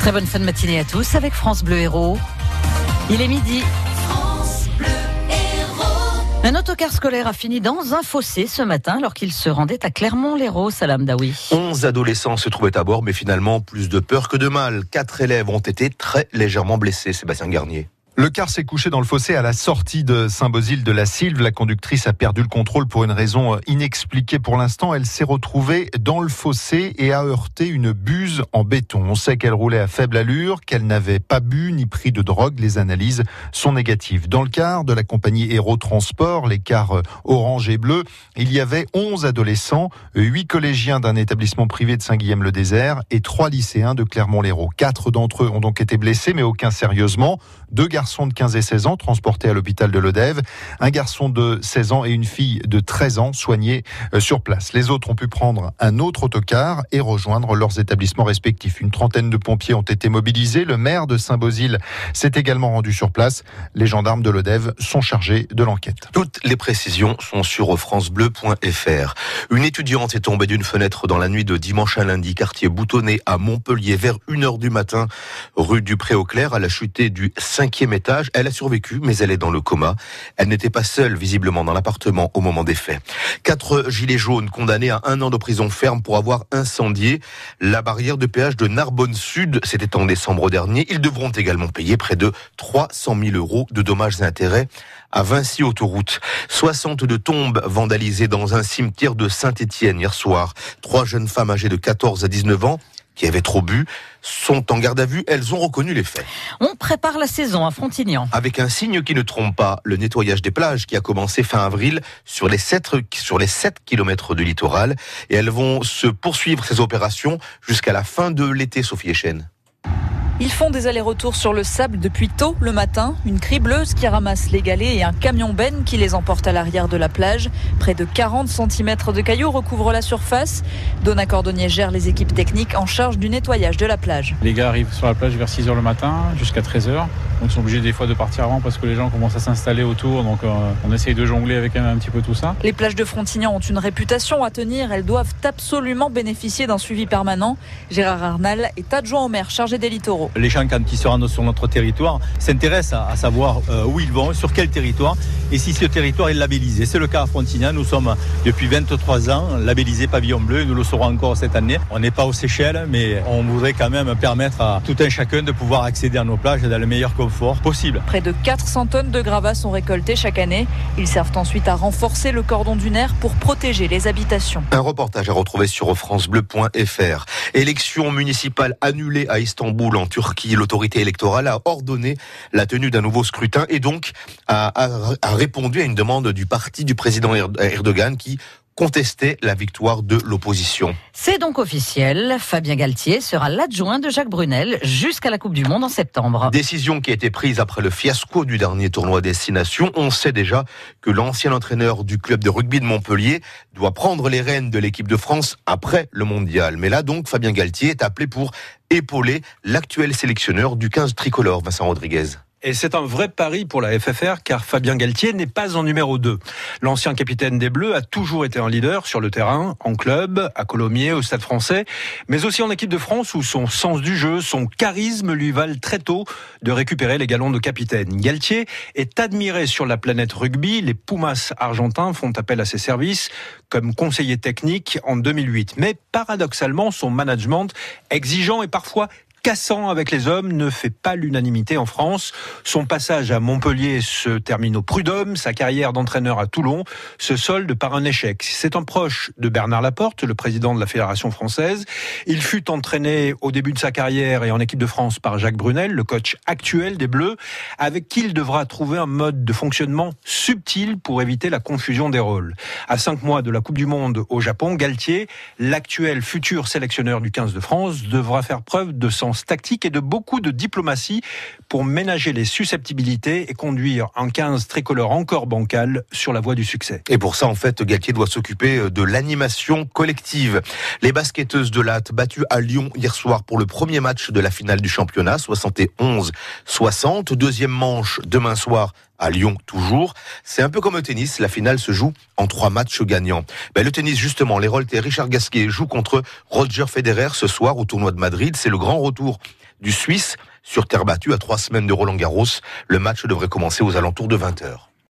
Très bonne fin de matinée à tous avec France Bleu Héros. Il est midi. France Bleu Héros. Un autocar scolaire a fini dans un fossé ce matin alors qu'il se rendait à Clermont-Lérault, Salam Daoui. 11 adolescents se trouvaient à bord, mais finalement plus de peur que de mal. 4 élèves ont été très légèrement blessés. Sébastien Garnier. Le car s'est couché dans le fossé à la sortie de Saint-Bauzile-de-la-Sylve. La conductrice a perdu le contrôle pour une raison inexpliquée pour l'instant. Elle s'est retrouvée dans le fossé et a heurté une buse en béton. On sait qu'elle roulait à faible allure, qu'elle n'avait pas bu ni pris de drogue. Les analyses sont négatives. Dans le car de la compagnie Héros Transport, les cars orange et bleu, il y avait 11 adolescents, 8 collégiens d'un établissement privé de Saint-Guilhem-le-Désert et 3 lycéens de Clermont-Lérault. 4 d'entre eux ont donc été blessés, mais aucun sérieusement. 2 garçons de 15 et 16 ans transportés à l'hôpital de Lodève, un garçon de 16 ans et une fille de 13 ans soignés sur place. Les autres ont pu prendre un autre autocar et rejoindre leurs établissements respectifs. Une trentaine de pompiers ont été mobilisés. Le maire de Saint-Bauzile s'est également rendu sur place. Les gendarmes de Lodève sont chargés de l'enquête. Toutes les précisions sont sur francebleu.fr. Une étudiante est tombée d'une fenêtre dans la nuit de dimanche à lundi, quartier Boutonnet à Montpellier, vers 1h du matin, rue du Pré-aux-Clercs. Elle a chuté du 5e étage. Elle a survécu, mais elle est dans le coma. Elle n'était pas seule, visiblement, dans l'appartement au moment des faits. 4 gilets jaunes condamnés à 1 an de prison ferme pour avoir incendié la barrière de péage de Narbonne Sud. C'était en décembre dernier. Ils devront également payer près de 300 000 € de dommages et intérêts à Vinci Autoroute. 62 tombes vandalisées dans un cimetière de Saint-Étienne hier soir. 3 jeunes femmes âgées de 14 à 19 ans qui avaient trop bu, sont en garde à vue. Elles ont reconnu les faits. On prépare la saison à Frontignan. Avec un signe qui ne trompe pas, le nettoyage des plages qui a commencé fin avril sur les 7 kilomètres du littoral. Et elles vont se poursuivre ces opérations jusqu'à la fin de l'été, Sophie Echen. Ils font des allers-retours sur le sable depuis tôt le matin. Une cribleuse qui ramasse les galets et un camion-benne qui les emporte à l'arrière de la plage. Près de 40 cm de cailloux recouvrent la surface. Donna Cordonnier gère les équipes techniques en charge du nettoyage de la plage. Les gars arrivent sur la plage vers 6h le matin jusqu'à 13h. Donc ils sont obligés des fois de partir avant parce que les gens commencent à s'installer autour. Donc on essaye de jongler avec un petit peu tout ça. Les plages de Frontignan ont une réputation à tenir. Elles doivent absolument bénéficier d'un suivi permanent. Gérard Arnal est adjoint au maire chargé des littoraux. Les gens, quand ils se rendent sur notre territoire, s'intéressent à savoir où ils vont, sur quel territoire et si ce territoire est labellisé. C'est le cas à Frontignan. Nous sommes depuis 23 ans labellisés Pavillon Bleu. Nous le serons encore cette année. On n'est pas aux Seychelles, mais on voudrait quand même permettre à tout un chacun de pouvoir accéder à nos plages dans le meilleur confort possible. Près de 400 tonnes de gravats sont récoltés chaque année. Ils servent ensuite à renforcer le cordon dunaire pour protéger les habitations. Un reportage à retrouver sur francebleu.fr. Élection municipale annulée à Istanbul en Turquie. L'autorité électorale a ordonné la tenue d'un nouveau scrutin et donc a répondu à une demande du parti du président Erdogan qui contestait la victoire de l'opposition. C'est donc officiel. Fabien Galtier sera l'adjoint de Jacques Brunel jusqu'à la Coupe du Monde en septembre. Décision qui a été prise après le fiasco du dernier tournoi Destination. On sait déjà que l'ancien entraîneur du club de rugby de Montpellier doit prendre les rênes de l'équipe de France après le mondial. Mais là donc, Fabien Galtier est appelé pour épauler l'actuel sélectionneur du 15 tricolore, Vincent Rodriguez. Et c'est un vrai pari pour la FFR car Fabien Galtier n'est pas en numéro 2. L'ancien capitaine des Bleus a toujours été un leader sur le terrain, en club, à Colomiers, au Stade Français, mais aussi en équipe de France où son sens du jeu, son charisme lui valent très tôt de récupérer les galons de capitaine. Galtier est admiré sur la planète rugby. Les Pumas argentins font appel à ses services comme conseiller technique en 2008. Mais paradoxalement, son management exigeant et parfois cassant avec les hommes ne fait pas l'unanimité en France. Son passage à Montpellier se termine au prud'homme. Sa carrière d'entraîneur à Toulon se solde par un échec. C'est un proche de Bernard Laporte, le président de la Fédération française. Il fut entraîné au début de sa carrière et en équipe de France par Jacques Brunel, le coach actuel des Bleus, avec qui il devra trouver un mode de fonctionnement subtil pour éviter la confusion des rôles. À 5 mois de la Coupe du Monde au Japon, Galtier, l'actuel futur sélectionneur du 15 de France, devra faire preuve de sens tactique et de beaucoup de diplomatie pour ménager les susceptibilités et conduire un 15 tricolore encore bancal sur la voie du succès. Et pour ça, en fait, Galtier doit s'occuper de l'animation collective. Les basketteuses de Latte battues à Lyon hier soir pour le premier match de la finale du championnat, 71-60. Deuxième manche demain soir à Lyon toujours. C'est un peu comme au tennis, la finale se joue en 3 matchs gagnants. Le tennis justement, l'Hérault et Richard Gasquet jouent contre Roger Federer ce soir au tournoi de Madrid. C'est le grand retour du Suisse sur terre battue à 3 semaines de Roland Garros. Le match devrait commencer aux alentours de 20h.